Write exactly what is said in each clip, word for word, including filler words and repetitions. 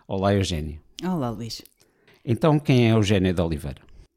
Olá, Eugénia. Olá, Luís. Então, quem é Eugénia de Oliveira?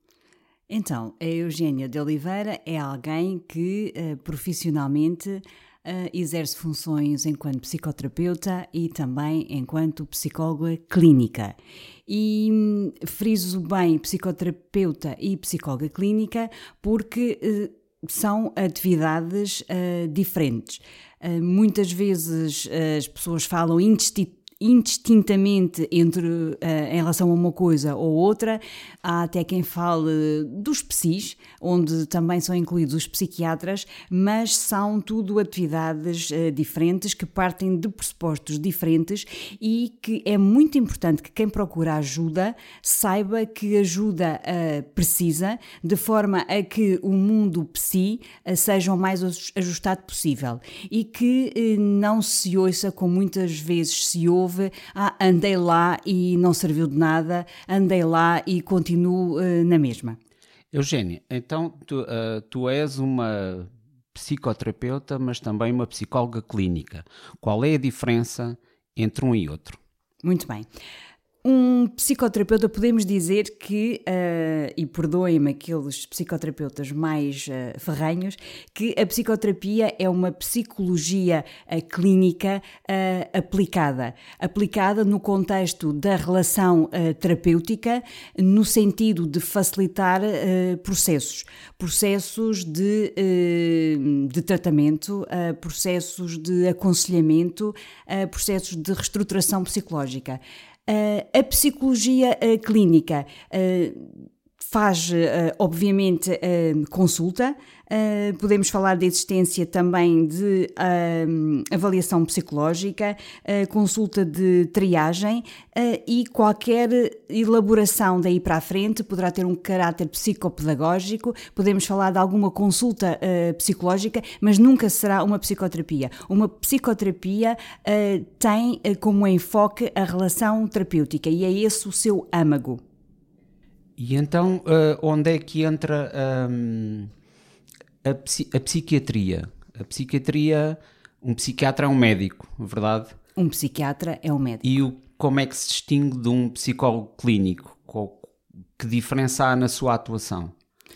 Então, a Eugénia de Oliveira é alguém que uh, profissionalmente uh, exerce funções enquanto psicoterapeuta e também enquanto psicóloga clínica. E hum, friso bem psicoterapeuta e psicóloga clínica porque uh, são atividades uh, diferentes. Uh, muitas vezes uh, as pessoas falam indistintamente indistintamente entre, uh, em relação a uma coisa ou outra. Há até quem fale dos psis, onde também são incluídos os psiquiatras, mas são tudo atividades uh, diferentes, que partem de pressupostos diferentes e que é muito importante que quem procura ajuda saiba que ajuda uh, precisa, de forma a que o mundo psi uh, seja o mais ajustado possível e que uh, não se ouça, como muitas vezes se ouve, ah, andei lá e não serviu de nada, andei lá e continuo uh, na mesma. Eugénia, então tu, uh, tu és uma psicoterapeuta, mas também uma psicóloga clínica. Qual é a diferença entre um e outro? Muito bem. Um psicoterapeuta, podemos dizer que, uh, e perdoem-me aqueles psicoterapeutas mais uh, ferrenhos, que a psicoterapia é uma psicologia uh, clínica uh, aplicada. Aplicada no contexto da relação uh, terapêutica, no sentido de facilitar uh, processos. Processos de, uh, de tratamento, uh, processos de aconselhamento, uh, processos de reestruturação psicológica. Uh, a psicologia uh, clínica uh, faz, uh, obviamente, uh, consulta. Uh, podemos falar da existência também de uh, avaliação psicológica, uh, consulta de triagem uh, e qualquer elaboração daí para a frente poderá ter um caráter psicopedagógico. Podemos falar de alguma consulta uh, psicológica, mas nunca será uma psicoterapia. Uma psicoterapia uh, tem uh, como enfoque a relação terapêutica e é esse o seu âmago. E então, uh, onde é que entra um, a, psi- a psiquiatria? A psiquiatria, um psiquiatra é um médico, verdade? Um psiquiatra é um médico. E o, como é que se distingue de um psicólogo clínico? Qual, que diferença há na sua atuação?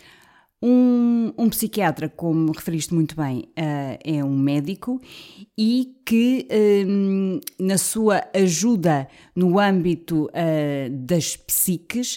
Um, um psiquiatra, como referiste muito bem, uh, é um médico e que um, na sua ajuda no âmbito uh, das psiques,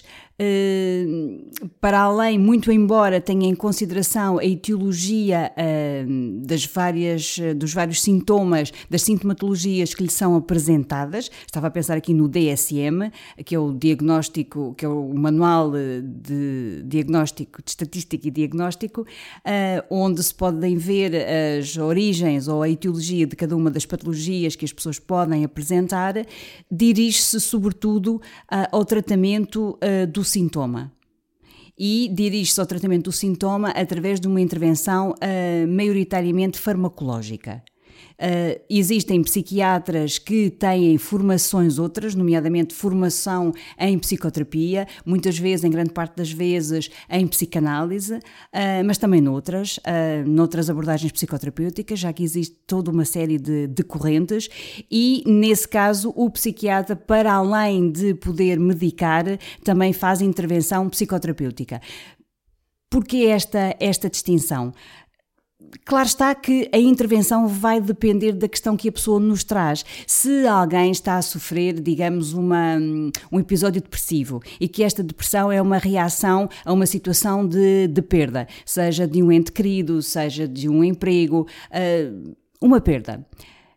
uh, para além, muito embora tenha em consideração a etiologia uh, das várias, dos vários sintomas, das sintomatologias que lhe são apresentadas, estava a pensar aqui no D S M, que é o diagnóstico, que é o manual de diagnóstico, de estatística e diagnóstico, uh, onde se podem ver as origens ou a etiologia de cada uma das patologias que as pessoas podem apresentar, dirige-se sobretudo uh, ao tratamento uh, do sintoma. E dirige-se ao tratamento do sintoma através de uma intervenção uh, maioritariamente farmacológica. Uh, existem psiquiatras que têm formações outras, nomeadamente formação em psicoterapia, muitas vezes, em grande parte das vezes, em psicanálise, uh, mas também noutras, uh, noutras abordagens psicoterapêuticas, já que existe toda uma série de, de correntes e, nesse caso, o psiquiatra, para além de poder medicar, também faz intervenção psicoterapêutica. Porquê esta, esta distinção? Claro está que a intervenção vai depender da questão que a pessoa nos traz. Se alguém está a sofrer, digamos, uma, um episódio depressivo e que esta depressão é uma reação a uma situação de, de perda, seja de um ente querido, seja de um emprego, uh, uma perda.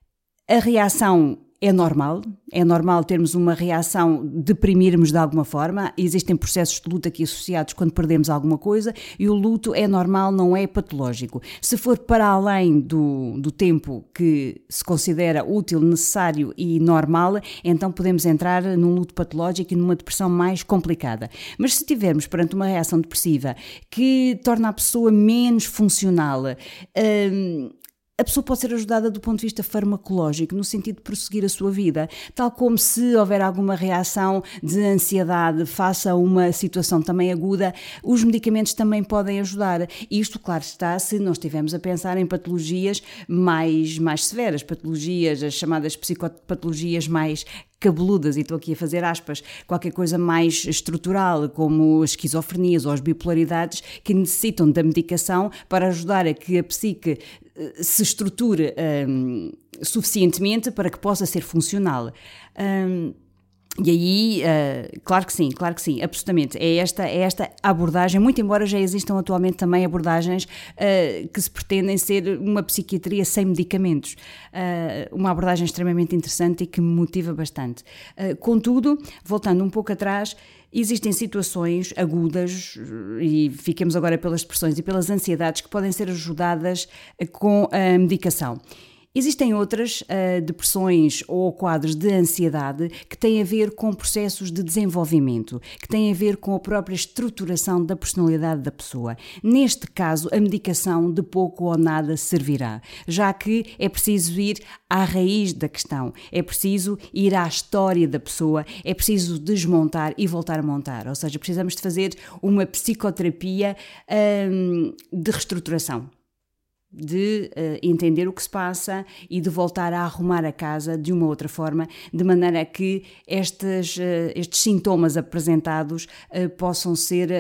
A reação é normal, é normal termos uma reação, deprimirmos de alguma forma, existem processos de luto aqui associados quando perdemos alguma coisa e o luto é normal, não é patológico. Se for para além do, do tempo que se considera útil, necessário e normal, então podemos entrar num luto patológico e numa depressão mais complicada. Mas se tivermos perante uma reação depressiva que torna a pessoa menos funcional, hum, a pessoa pode ser ajudada do ponto de vista farmacológico, no sentido de prosseguir a sua vida, tal como se houver alguma reação de ansiedade face a uma situação também aguda, os medicamentos também podem ajudar. Isto, claro está, se não estivermos a pensar em patologias mais, mais severas, patologias, as chamadas psicopatologias mais cabeludas, e estou aqui a fazer aspas, qualquer coisa mais estrutural, como as esquizofrenias ou as bipolaridades, que necessitam da medicação para ajudar a que a psique se estruture um, suficientemente para que possa ser funcional. Um, E aí, uh, claro que sim, claro que sim, absolutamente. É esta, é esta abordagem, muito embora já existam atualmente também abordagens uh, que se pretendem ser uma psiquiatria sem medicamentos. Uh, uma abordagem extremamente interessante e que me motiva bastante. Uh, contudo, voltando um pouco atrás, existem situações agudas, e fiquemos agora pelas depressões e pelas ansiedades, que podem ser ajudadas com a medicação. Existem outras uh, depressões ou quadros de ansiedade que têm a ver com processos de desenvolvimento, que têm a ver com a própria estruturação da personalidade da pessoa. Neste caso, a medicação de pouco ou nada servirá, já que é preciso ir à raiz da questão, é preciso ir à história da pessoa, é preciso desmontar e voltar a montar, ou seja, precisamos de fazer uma psicoterapia um, de reestruturação, de uh, entender o que se passa e de voltar a arrumar a casa de uma outra forma, de maneira a que estes, uh, estes sintomas apresentados uh, possam ser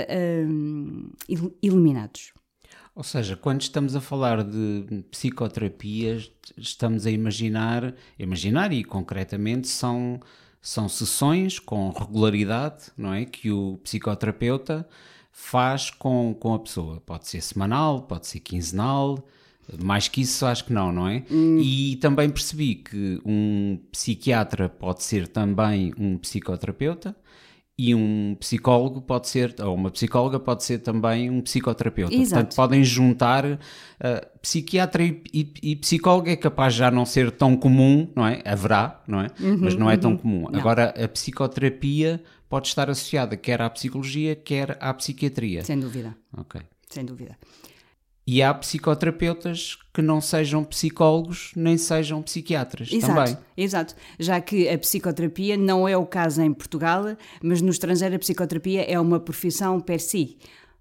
uh, eliminados. Ou seja, quando estamos a falar de psicoterapias, estamos a imaginar, imaginar e concretamente são, são sessões com regularidade, não é? Que o psicoterapeuta faz com, com a pessoa. Pode ser semanal, pode ser quinzenal, mais que isso acho que não, não é? Hum. E também percebi que um psiquiatra pode ser também um psicoterapeuta e um psicólogo pode ser, ou uma psicóloga pode ser também um psicoterapeuta. Exato. Portanto, podem juntar uh, psiquiatra e, e, e psicólogo. É capaz de já não ser tão comum, não é? Haverá, não é? Uhum, mas não é uhum. tão comum. Não. Agora, a psicoterapia pode estar associada quer à psicologia, quer à psiquiatria. Sem dúvida. Ok. Sem dúvida. E há psicoterapeutas que não sejam psicólogos nem sejam psiquiatras. Exato, também. Exato, já que a psicoterapia não é o caso em Portugal, mas no estrangeiro a psicoterapia é uma profissão per si.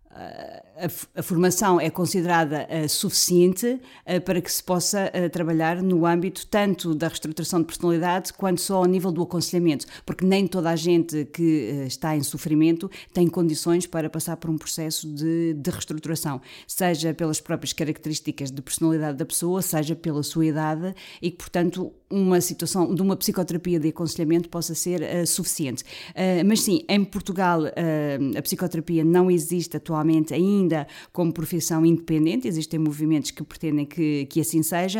A, a formação é considerada uh, suficiente uh, para que se possa uh, trabalhar no âmbito tanto da reestruturação de personalidade quanto só ao nível do aconselhamento, porque nem toda a gente que uh, está em sofrimento tem condições para passar por um processo de, de reestruturação, seja pelas próprias características de personalidade da pessoa, seja pela sua idade, e que, portanto, uma situação de uma psicoterapia de aconselhamento possa ser uh, suficiente. Uh, mas sim, em Portugal uh, a psicoterapia não existe atualmente ainda como profissão independente, existem movimentos que pretendem que, que assim seja,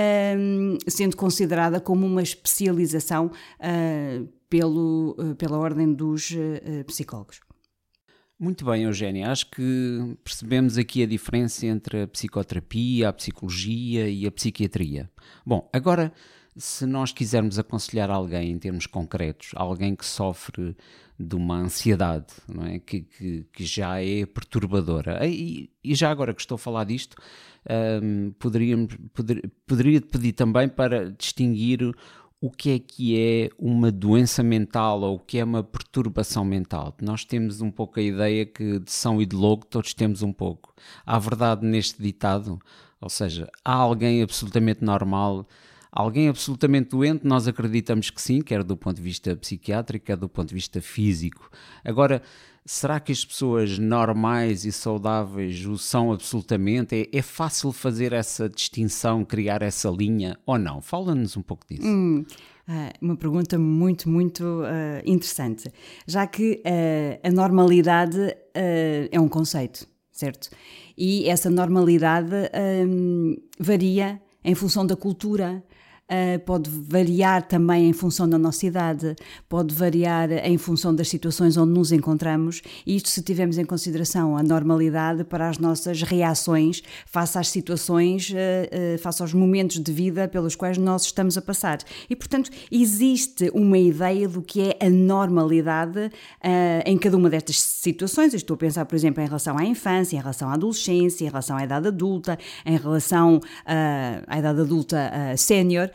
uh, sendo considerada como uma especialização uh, pelo, uh, pela ordem dos uh, psicólogos. Muito bem, Eugénia, acho que percebemos aqui a diferença entre a psicoterapia, a psicologia e a psiquiatria. Bom, agora, se nós quisermos aconselhar alguém em termos concretos, alguém que sofre de uma ansiedade, não é? que, que, que já é perturbadora, e, e já agora que estou a falar disto, um, poderíamos, poder, poderia pedir também para distinguir o que é que é uma doença mental ou o que é uma perturbação mental. Nós temos um pouco a ideia que de São e de Logo todos temos um pouco. Há verdade neste ditado? Ou seja, há alguém absolutamente normal, alguém absolutamente doente? Nós acreditamos que sim, quer do ponto de vista psiquiátrico, quer do ponto de vista físico. Agora, será que as pessoas normais e saudáveis o são absolutamente? É, é fácil fazer essa distinção, criar essa linha ou não? Fala-nos um pouco disso. Hum, uma pergunta muito, muito uh, interessante, já que uh, a normalidade uh, é um conceito, certo? E essa normalidade uh, varia em função da cultura. Uh, pode variar também em função da nossa idade, pode variar em função das situações onde nos encontramos, e isto se tivermos em consideração a normalidade para as nossas reações face às situações, uh, uh, face aos momentos de vida pelos quais nós estamos a passar. E, portanto, existe uma ideia do que é a normalidade uh, em cada uma destas situações. Eu estou a pensar, por exemplo, em relação à infância, em relação à adolescência, em relação à idade adulta, em relação uh, à idade adulta uh, sénior.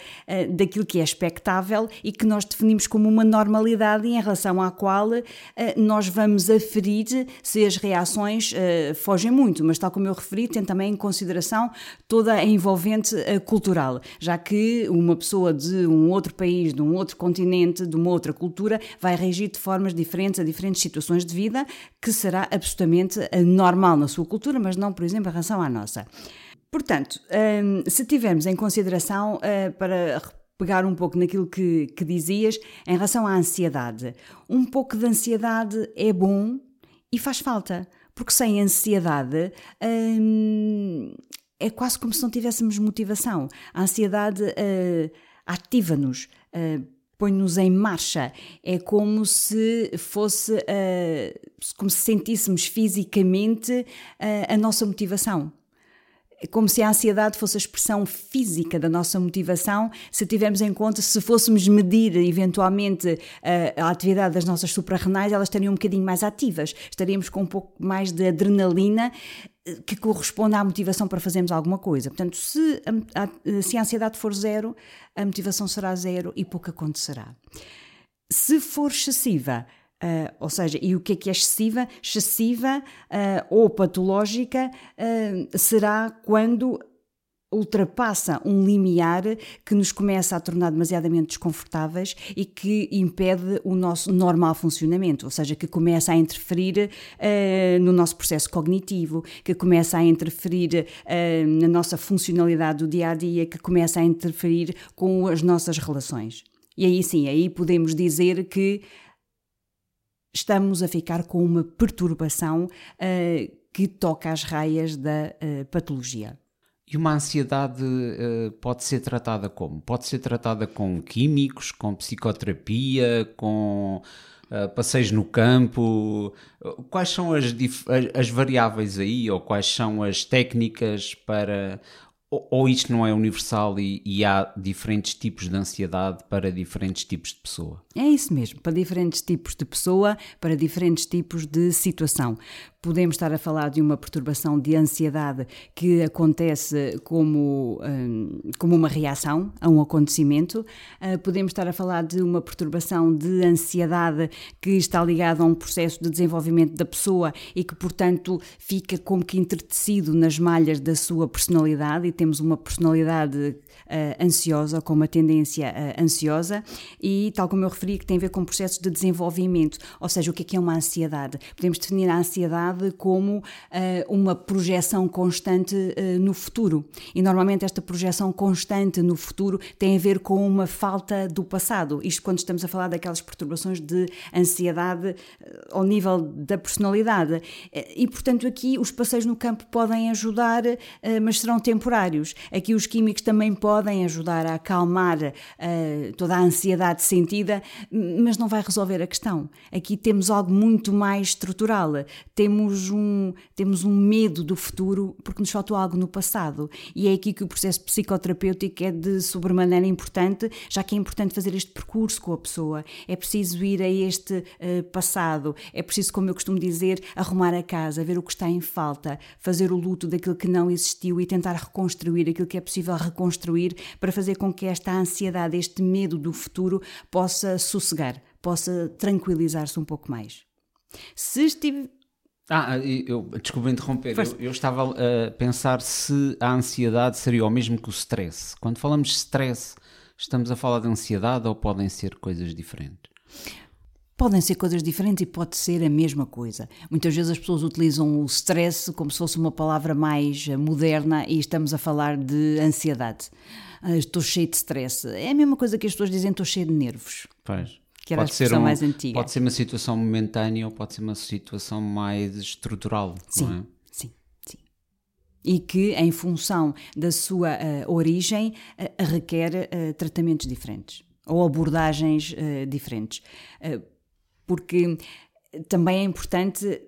uh, daquilo que é expectável e que nós definimos como uma normalidade e em relação à qual uh, nós vamos aferir se as reações uh, fogem muito, mas tal como eu referi, tem também em consideração toda a envolvente uh, cultural, já que uma pessoa de um outro país, de um outro continente, de uma outra cultura, vai reagir de formas diferentes a diferentes situações de vida, que será absolutamente uh, normal na sua cultura, mas não, por exemplo, em relação à nossa. Portanto, um, se tivermos em consideração, uh, para pegar um pouco naquilo que, que dizias, em relação à ansiedade, um pouco de ansiedade é bom e faz falta, porque sem ansiedade hum, é quase como se não tivéssemos motivação. A ansiedade uh, ativa-nos, uh, põe-nos em marcha, é como se fosse, uh, como se sentíssemos fisicamente uh, a nossa motivação. É como se a ansiedade fosse a expressão física da nossa motivação, se tivermos em conta, se fôssemos medir eventualmente a, a atividade das nossas suprarrenais, elas estariam um bocadinho mais ativas, estaríamos com um pouco mais de adrenalina que corresponde à motivação para fazermos alguma coisa. Portanto, se a, a, se a ansiedade for zero, a motivação será zero e pouco acontecerá. Se for excessiva, Uh, ou seja, e o que é que é excessiva? Excessiva uh, ou patológica uh, será quando ultrapassa um limiar que nos começa a tornar demasiadamente desconfortáveis e que impede o nosso normal funcionamento, ou seja, que começa a interferir uh, no nosso processo cognitivo, que começa a interferir uh, na nossa funcionalidade do dia-a-dia, que começa a interferir com as nossas relações. E aí sim, aí podemos dizer que estamos a ficar com uma perturbação uh, que toca às raias da uh, patologia. E uma ansiedade uh, pode ser tratada como? Pode ser tratada com químicos, com psicoterapia, com uh, passeios no campo? Quais são as, dif- as variáveis aí, ou quais são as técnicas para... Ou isto não é universal e, e há diferentes tipos de ansiedade para diferentes tipos de pessoa? É isso mesmo, para diferentes tipos de pessoa, para diferentes tipos de situação. Podemos estar a falar de uma perturbação de ansiedade que acontece como, um, como uma reação a um acontecimento. Uh, podemos estar a falar de uma perturbação de ansiedade que está ligada a um processo de desenvolvimento da pessoa e que, portanto, fica como que entretecido nas malhas da sua personalidade, e temos uma personalidade uh, ansiosa, com uma tendência uh, ansiosa, e tal como eu referi, que tem a ver com processos de desenvolvimento. Ou seja, o que é que é uma ansiedade? Podemos definir a ansiedade como uh, uma projeção constante uh, no futuro. E normalmente esta projeção constante no futuro tem a ver com uma falta do passado. Isto quando estamos a falar daquelas perturbações de ansiedade uh, ao nível da personalidade. Uh, e, portanto, aqui os passeios no campo podem ajudar, uh, mas serão temporários. Aqui os químicos também podem ajudar a acalmar uh, toda a ansiedade sentida, mas não vai resolver a questão. Aqui temos algo muito mais estrutural. Temos um, temos um medo do futuro porque nos faltou algo no passado. E é aqui que o processo psicoterapêutico é de sobremaneira importante, já que é importante fazer este percurso com a pessoa. É preciso ir a este uh, passado. É preciso, como eu costumo dizer, arrumar a casa, ver o que está em falta, fazer o luto daquilo que não existiu e tentar reconstruir aquilo que é possível reconstruir para fazer com que esta ansiedade, este medo do futuro possa sossegar, possa tranquilizar-se um pouco mais. Se estive... Ah, eu, desculpa interromper, eu, eu estava a pensar se a ansiedade seria o mesmo que o stress. Quando falamos de stress, estamos a falar de ansiedade ou podem ser coisas diferentes? Podem ser coisas diferentes e pode ser a mesma coisa. Muitas vezes as pessoas utilizam o stress como se fosse uma palavra mais moderna e estamos a falar de ansiedade. Ah, estou cheio de stress. É a mesma coisa que as pessoas dizem, estou cheio de nervos. Pois. Que era pode a expressão um, mais antiga. Pode ser uma situação momentânea ou pode ser uma situação mais estrutural, sim, não é? Sim, sim. E que, em função da sua uh, origem, uh, requer uh, tratamentos diferentes ou abordagens uh, diferentes. Uh, porque também é importante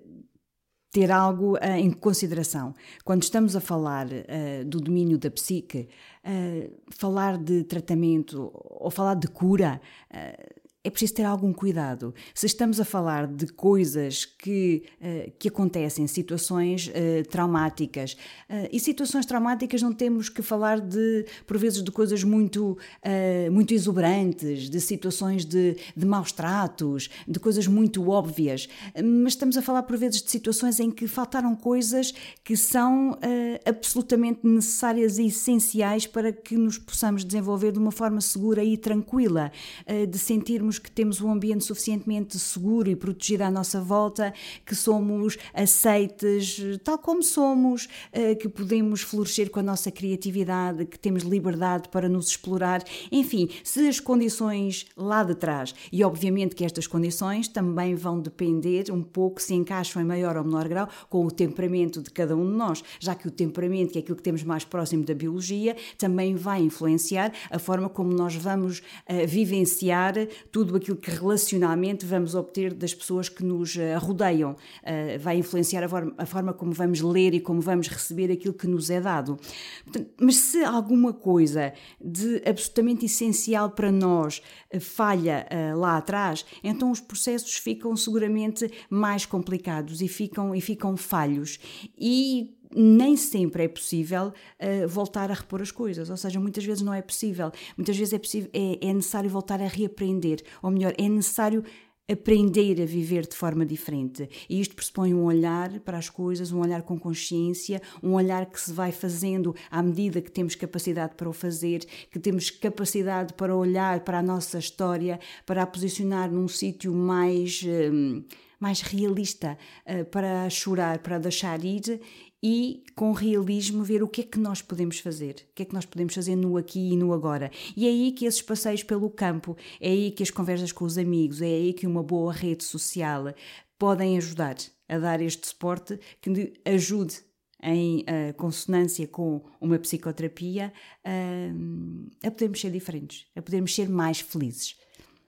ter algo uh, em consideração. Quando estamos a falar uh, do domínio da psique, uh, falar de tratamento ou falar de cura... Uh, é preciso ter algum cuidado. Se estamos a falar de coisas que, uh, que acontecem, situações uh, traumáticas, uh, e situações traumáticas não temos que falar de, por vezes, de coisas muito, uh, muito exuberantes, de situações de, de maus tratos, de coisas muito óbvias, mas estamos a falar, por vezes, de situações em que faltaram coisas que são uh, absolutamente necessárias e essenciais para que nos possamos desenvolver de uma forma segura e tranquila, uh, de sentirmos que temos um ambiente suficientemente seguro e protegido à nossa volta, que somos aceites tal como somos, que podemos florescer com a nossa criatividade, que temos liberdade para nos explorar. Enfim, se as condições lá de trás, e obviamente que estas condições também vão depender um pouco, se encaixam em maior ou menor grau, com o temperamento de cada um de nós, já que o temperamento, que é aquilo que temos mais próximo da biologia, também vai influenciar a forma como nós vamos uh, vivenciar tudo tudo aquilo que relacionalmente vamos obter das pessoas que nos rodeiam, uh, vai influenciar a forma, a forma como vamos ler e como vamos receber aquilo que nos é dado. Portanto, mas se alguma coisa de absolutamente essencial para nós uh, falha uh, lá atrás, então os processos ficam seguramente mais complicados e ficam, e ficam falhos. E nem sempre é possível uh, voltar a repor as coisas, ou seja, muitas vezes não é possível, muitas vezes é, possível, é, é necessário voltar a reaprender, ou melhor, é necessário aprender a viver de forma diferente, e isto pressupõe um olhar para as coisas, um olhar com consciência, um olhar que se vai fazendo à medida que temos capacidade para o fazer, que temos capacidade para olhar para a nossa história, para a posicionar num sítio mais, um, mais realista, uh, para chorar, para deixar ir, e com realismo ver o que é que nós podemos fazer, o que é que nós podemos fazer no aqui e no agora. E é aí que esses passeios pelo campo, é aí que as conversas com os amigos, é aí que uma boa rede social podem ajudar a dar este suporte que ajude em uh, consonância com uma psicoterapia uh, a podermos ser diferentes, a podermos ser mais felizes.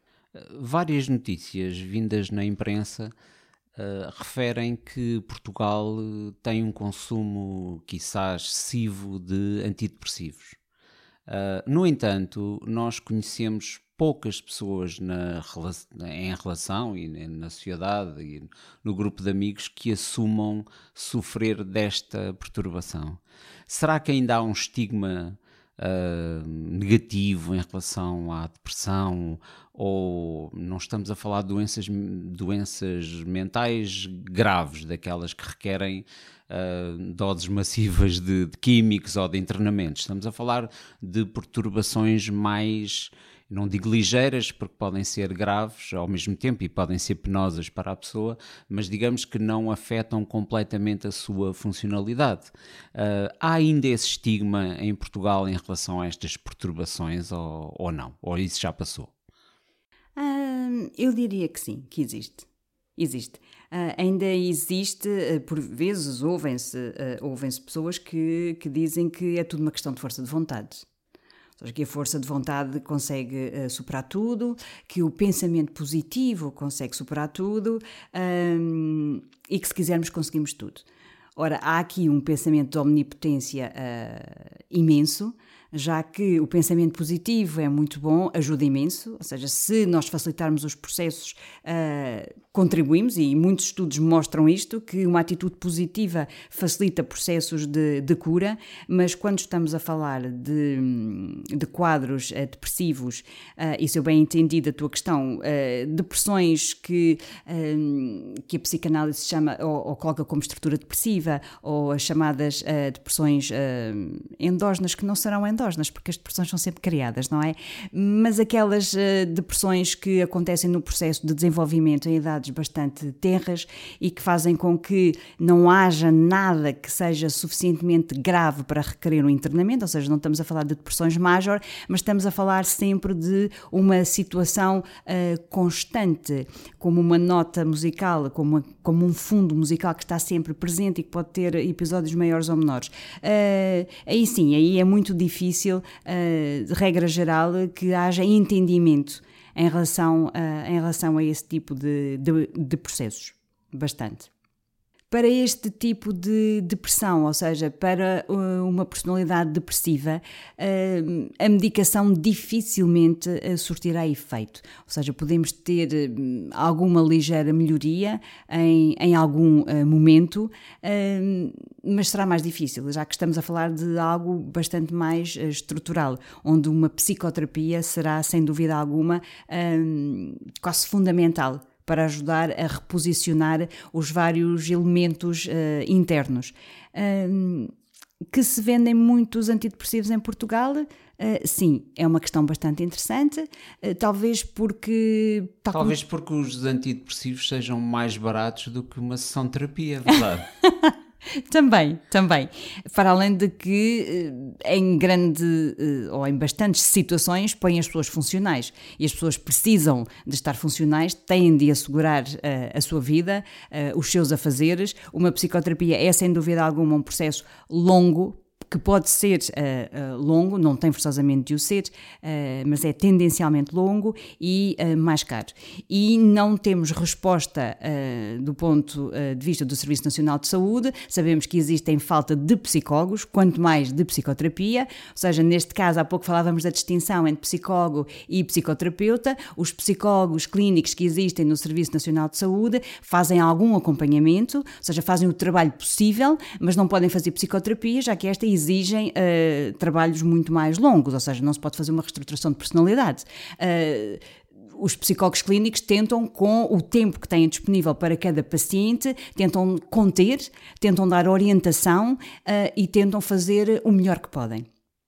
Várias notícias vindas na imprensa Uh, referem que Portugal uh, tem um consumo, quiçá, excessivo de antidepressivos. Uh, no entanto, nós conhecemos poucas pessoas na, em relação e na sociedade e no grupo de amigos que assumam sofrer desta perturbação. Será que ainda há um estigma uh, negativo em relação à depressão? Ou não estamos a falar de doenças, doenças mentais graves, daquelas que requerem uh, doses massivas de, de químicos ou de internamentos. Estamos a falar de perturbações mais, não digo ligeiras, porque podem ser graves ao mesmo tempo e podem ser penosas para a pessoa, mas digamos que não afetam completamente a sua funcionalidade. Uh, há ainda esse estigma em Portugal em relação a estas perturbações ou, ou não? Ou isso já passou? Uh, eu diria que sim, que existe. Existe. Uh, ainda existe, uh, por vezes ouvem-se, uh, ouvem-se pessoas que, que dizem que é tudo uma questão de força de vontade. Ou seja, que a força de vontade consegue uh, superar tudo, que o pensamento positivo consegue superar tudo um, e que se quisermos conseguimos tudo. Ora, há aqui um pensamento de omnipotência uh, imenso, já que o pensamento positivo é muito bom, ajuda imenso, ou seja, se nós facilitarmos os processos, uh, contribuímos, e muitos estudos mostram isto, que uma atitude positiva facilita processos de, de cura, mas quando estamos a falar de, de quadros uh, depressivos, uh, e se eu bem entendi da tua questão, uh, depressões que, uh, que a psicanálise chama, ou, ou coloca como estrutura depressiva, ou as chamadas uh, depressões uh, endógenas, que não serão endógenas, porque as depressões são sempre criadas, não é? Mas aquelas uh, depressões que acontecem no processo de desenvolvimento em idades bastante tenras e que fazem com que não haja nada que seja suficientemente grave para requerer um internamento, ou seja, não estamos a falar de depressões major, mas estamos a falar sempre de uma situação uh, constante, como uma nota musical, como, uma, como um fundo musical que está sempre presente e que pode ter episódios maiores ou menores. Uh, aí sim, aí é muito difícil, uh, de regra geral, que haja entendimento em relação a, em relação a esse tipo de, de, de processos. Bastante. Para este tipo de depressão, ou seja, para uma personalidade depressiva, a medicação dificilmente surtirá efeito. Ou seja, podemos ter alguma ligeira melhoria em, em algum momento, mas será mais difícil, já que estamos a falar de algo bastante mais estrutural, onde uma psicoterapia será, sem dúvida alguma, quase fundamental para ajudar a reposicionar os vários elementos uh, internos. Uh, que se vendem muitos antidepressivos em Portugal? Uh, sim, é uma questão bastante interessante, uh, talvez porque... Talvez como... porque os antidepressivos sejam mais baratos do que uma sessão de terapia, é verdade? Também, também. Para além de que em grande ou em bastantes situações põem as pessoas funcionais e as pessoas precisam de estar funcionais, têm de assegurar a, a sua vida, os seus afazeres. Uma psicoterapia é sem dúvida alguma um processo longo, que pode ser uh, uh, longo, não tem forçosamente de o ser, uh, mas é tendencialmente longo e uh, mais caro. E não temos resposta uh, do ponto uh, de vista do Serviço Nacional de Saúde, sabemos que existem falta de psicólogos, quanto mais de psicoterapia, ou seja, neste caso, há pouco falávamos da distinção entre psicólogo e psicoterapeuta. Os psicólogos clínicos que existem no Serviço Nacional de Saúde fazem algum acompanhamento, ou seja, fazem o trabalho possível, mas não podem fazer psicoterapia, já que esta exigem uh, trabalhos muito mais longos, ou seja, não se pode fazer uma reestruturação de personalidade. Uh, os psicólogos clínicos tentam, com o tempo que têm disponível para cada paciente, tentam conter, tentam dar orientação uh, e tentam fazer o melhor que podem.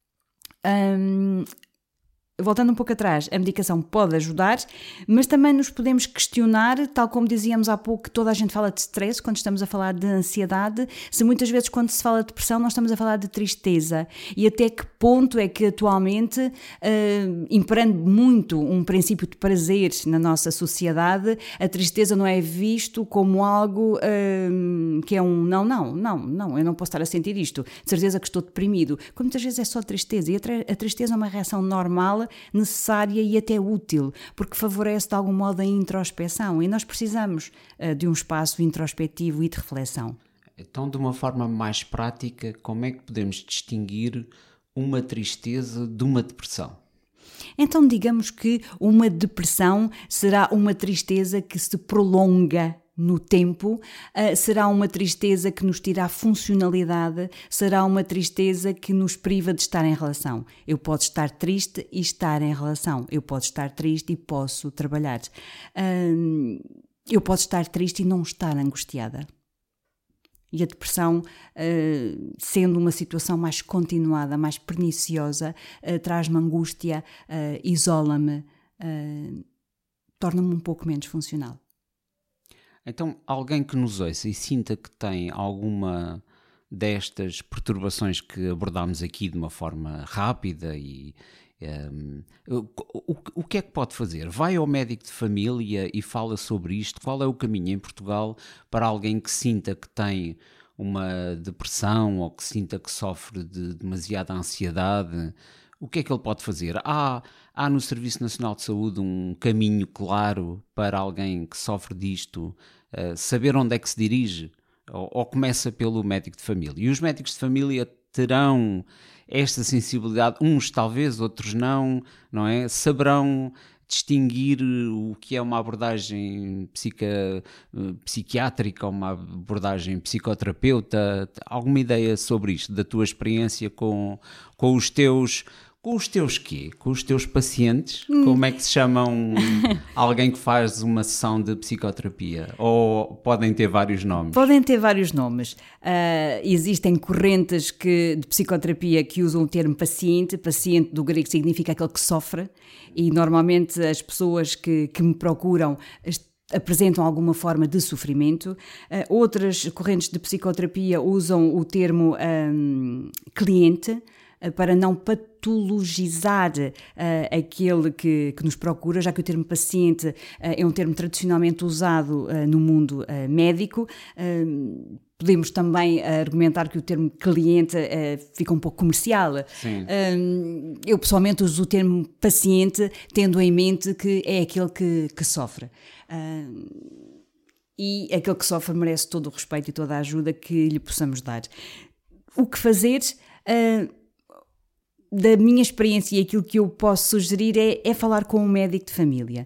Um, Voltando um pouco atrás, a medicação pode ajudar, mas também nos podemos questionar, tal como dizíamos há pouco, que toda a gente fala de stress quando estamos a falar de ansiedade, se muitas vezes quando se fala de depressão nós estamos a falar de tristeza, e até que ponto é que atualmente, uh, imperando muito um princípio de prazer na nossa sociedade, a tristeza não é visto como algo uh, que é um não, não, não, não, eu não posso estar a sentir isto, de certeza que estou deprimido, quando muitas vezes é só tristeza, e a, tra- a tristeza é uma reação normal, necessária e até útil, porque favorece de algum modo a introspeção, e nós precisamos uh, de um espaço introspectivo e de reflexão. Então, de uma forma mais prática, como é que podemos distinguir uma tristeza de uma depressão? Então, digamos que uma depressão será uma tristeza que se prolonga no tempo, uh, será uma tristeza que nos tira a funcionalidade, será uma tristeza que nos priva de estar em relação. Eu posso estar triste e estar em relação, eu posso estar triste e posso trabalhar. Uh, eu posso estar triste e não estar angustiada. E a depressão, uh, sendo uma situação mais continuada, mais perniciosa, uh, traz-me angústia, uh, isola-me, uh, torna-me um pouco menos funcional. Então, alguém que nos ouça e sinta que tem alguma destas perturbações que abordámos aqui de uma forma rápida e um, o, o que é que pode fazer? Vai ao médico de família e fala sobre isto? Qual é o caminho em Portugal para alguém que sinta que tem uma depressão ou que sinta que sofre de demasiada ansiedade? O que é que ele pode fazer? Há, há no Serviço Nacional de Saúde um caminho claro para alguém que sofre disto, uh, saber onde é que se dirige? Ou, ou começa pelo médico de família? E os médicos de família terão esta sensibilidade, uns talvez, outros não, não é? Saberão distinguir o que é uma abordagem psica, psiquiátrica ou uma abordagem psicoterapeuta? Alguma ideia sobre isto, da tua experiência com, com os teus... Com os teus quê? Com os teus pacientes? Hum. Como é que se chamam alguém que faz uma sessão de psicoterapia? Ou podem ter vários nomes? Podem ter vários nomes. Uh, existem correntes que, de psicoterapia que usam o termo paciente. Paciente do grego significa aquele que sofre. E normalmente as pessoas que, que me procuram apresentam alguma forma de sofrimento. Uh, outras correntes de psicoterapia usam o termo um, cliente, para não patologizar uh, aquele que, que nos procura, já que o termo paciente uh, é um termo tradicionalmente usado uh, no mundo uh, médico. Uh, podemos também argumentar que o termo cliente uh, fica um pouco comercial. Sim. Uh, eu pessoalmente uso o termo paciente, tendo em mente que é aquele que, que sofre. Uh, e aquele que sofre merece todo o respeito e toda a ajuda que lhe possamos dar. O que fazer, uh, da minha experiência e aquilo que eu posso sugerir é, é falar com um médico de família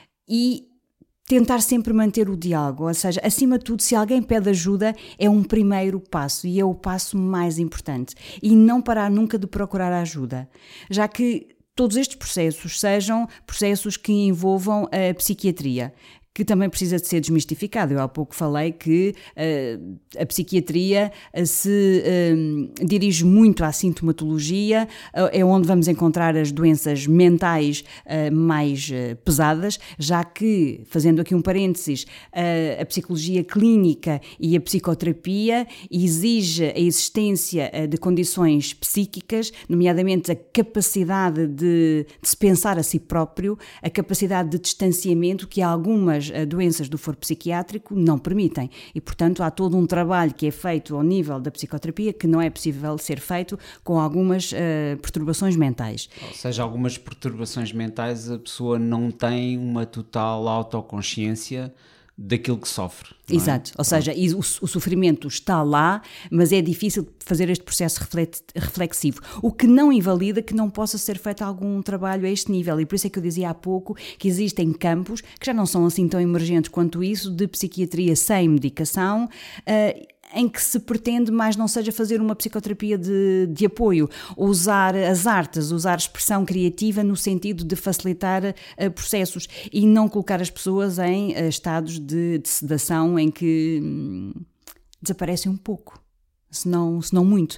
e tentar sempre manter o diálogo, ou seja, acima de tudo, se alguém pede ajuda, é um primeiro passo e é o passo mais importante. E não parar nunca de procurar ajuda, já que todos estes processos sejam processos que envolvam a psiquiatria, que também precisa de ser desmistificado. Eu há pouco falei que uh, a psiquiatria uh, se uh, dirige muito à sintomatologia, uh, é onde vamos encontrar as doenças mentais uh, mais uh, pesadas, já que, fazendo aqui um parênteses, uh, a psicologia clínica e a psicoterapia exige a existência uh, de condições psíquicas, nomeadamente a capacidade de, de se pensar a si próprio, a capacidade de distanciamento que algumas doenças do foro psiquiátrico não permitem e, portanto, há todo um trabalho que é feito ao nível da psicoterapia que não é possível ser feito com algumas uh, perturbações mentais. Ou seja, algumas perturbações mentais a pessoa não tem uma total autoconsciência daquilo que sofre. Exato, é? Ou seja, o, o sofrimento está lá, mas é difícil fazer este processo reflexivo, o que não invalida que não possa ser feito algum trabalho a este nível, e por isso é que eu dizia há pouco que existem campos que já não são assim tão emergentes quanto isso, de psiquiatria sem medicação, uh, em que se pretende mais não seja fazer uma psicoterapia de, de apoio, usar as artes, usar expressão criativa no sentido de facilitar uh, processos e não colocar as pessoas em uh, estados de, de sedação em que hum, desaparecem um pouco, se não, se não muito.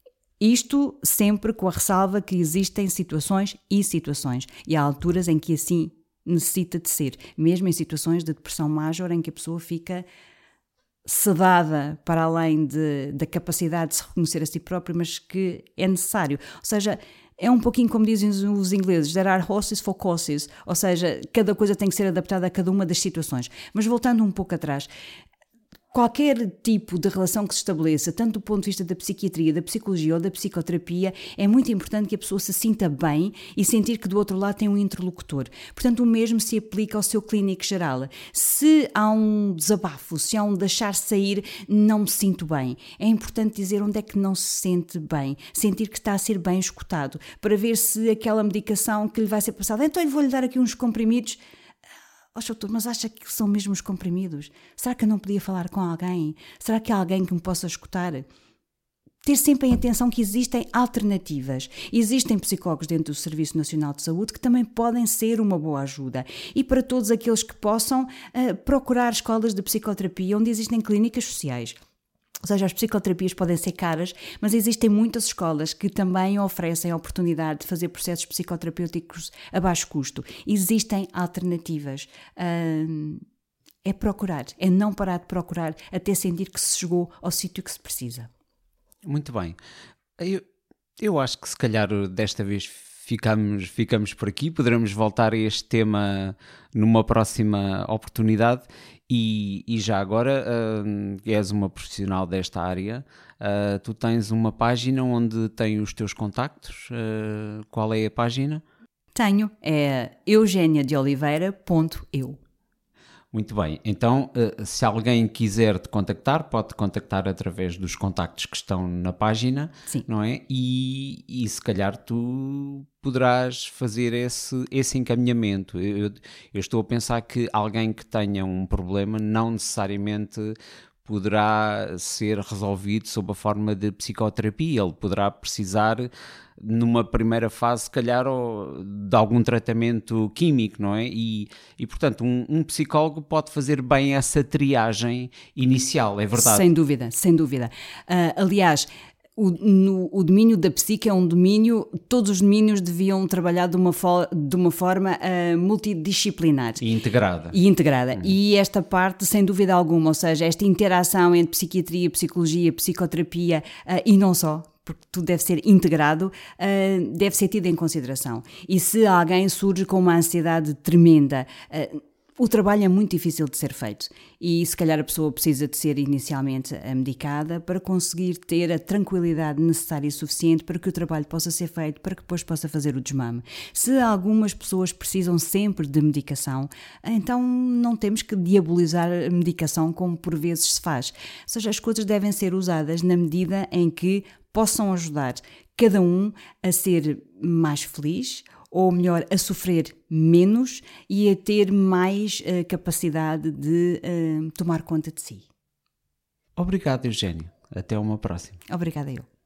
Isto sempre com a ressalva que existem situações e situações, e há alturas em que assim necessita de ser, mesmo em situações de depressão major em que a pessoa fica sedada para além de, da capacidade de se reconhecer a si próprio, mas que é necessário. Ou seja, é um pouquinho como dizem os ingleses, there are horses for courses, ou seja, cada coisa tem que ser adaptada a cada uma das situações. Mas voltando um pouco atrás, qualquer tipo de relação que se estabeleça, tanto do ponto de vista da psiquiatria, da psicologia ou da psicoterapia, é muito importante que a pessoa se sinta bem e sentir que do outro lado tem um interlocutor. Portanto, o mesmo se aplica ao seu clínico geral. Se há um desabafo, se há um deixar sair, não me sinto bem, é importante dizer onde é que não se sente bem, sentir que está a ser bem escutado, para ver se aquela medicação que lhe vai ser passada, então eu vou-lhe dar aqui uns comprimidos. Oh, doutor, mas acha que são mesmo os comprimidos? Será que eu não podia falar com alguém? Será que há alguém que me possa escutar? Ter sempre em atenção que existem alternativas. Existem psicólogos dentro do Serviço Nacional de Saúde que também podem ser uma boa ajuda. E para todos aqueles que possam uh, procurar escolas de psicoterapia onde existem clínicas sociais. Ou seja, as psicoterapias podem ser caras, mas existem muitas escolas que também oferecem a oportunidade de fazer processos psicoterapêuticos a baixo custo. Existem alternativas. Hum, é procurar, é não parar de procurar até sentir que se chegou ao sítio que se precisa. Muito bem. Eu, eu acho que se calhar desta vez ficamos, ficamos por aqui. Poderemos voltar a este tema numa próxima oportunidade. E, e já agora, uh, és uma profissional desta área, uh, tu tens uma página onde tem os teus contactos. Uh, qual é a página? Tenho, é eugenia de oliveira ponto eu. Muito bem, então uh, se alguém quiser te contactar, pode te contactar através dos contactos que estão na página. Sim. Não é? E, e se calhar tu poderás fazer esse, esse encaminhamento. Eu, eu estou a pensar que alguém que tenha um problema não necessariamente poderá ser resolvido sob a forma de psicoterapia. Ele poderá precisar, numa primeira fase, se calhar, de algum tratamento químico, não é? E, e portanto, um, um psicólogo pode fazer bem essa triagem inicial, é verdade? Sem dúvida, sem dúvida. Uh, aliás, O, no, o domínio da psique é um domínio, todos os domínios deviam trabalhar de uma, fo, de uma forma uh, multidisciplinar. E integrada. E integrada. Uhum. E esta parte, sem dúvida alguma, ou seja, esta interação entre psiquiatria, psicologia, psicoterapia uh, e não só, porque tudo deve ser integrado, uh, deve ser tido em consideração. E se alguém surge com uma ansiedade tremenda, uh, o trabalho é muito difícil de ser feito e se calhar a pessoa precisa de ser inicialmente medicada para conseguir ter a tranquilidade necessária e suficiente para que o trabalho possa ser feito, para que depois possa fazer o desmame. Se algumas pessoas precisam sempre de medicação, então não temos que diabolizar a medicação como por vezes se faz. Ou seja, as coisas devem ser usadas na medida em que possam ajudar cada um a ser mais feliz, ou melhor, a sofrer menos e a ter mais uh, capacidade de uh, tomar conta de si. Obrigado, Eugénia. Até uma próxima. Obrigada eu.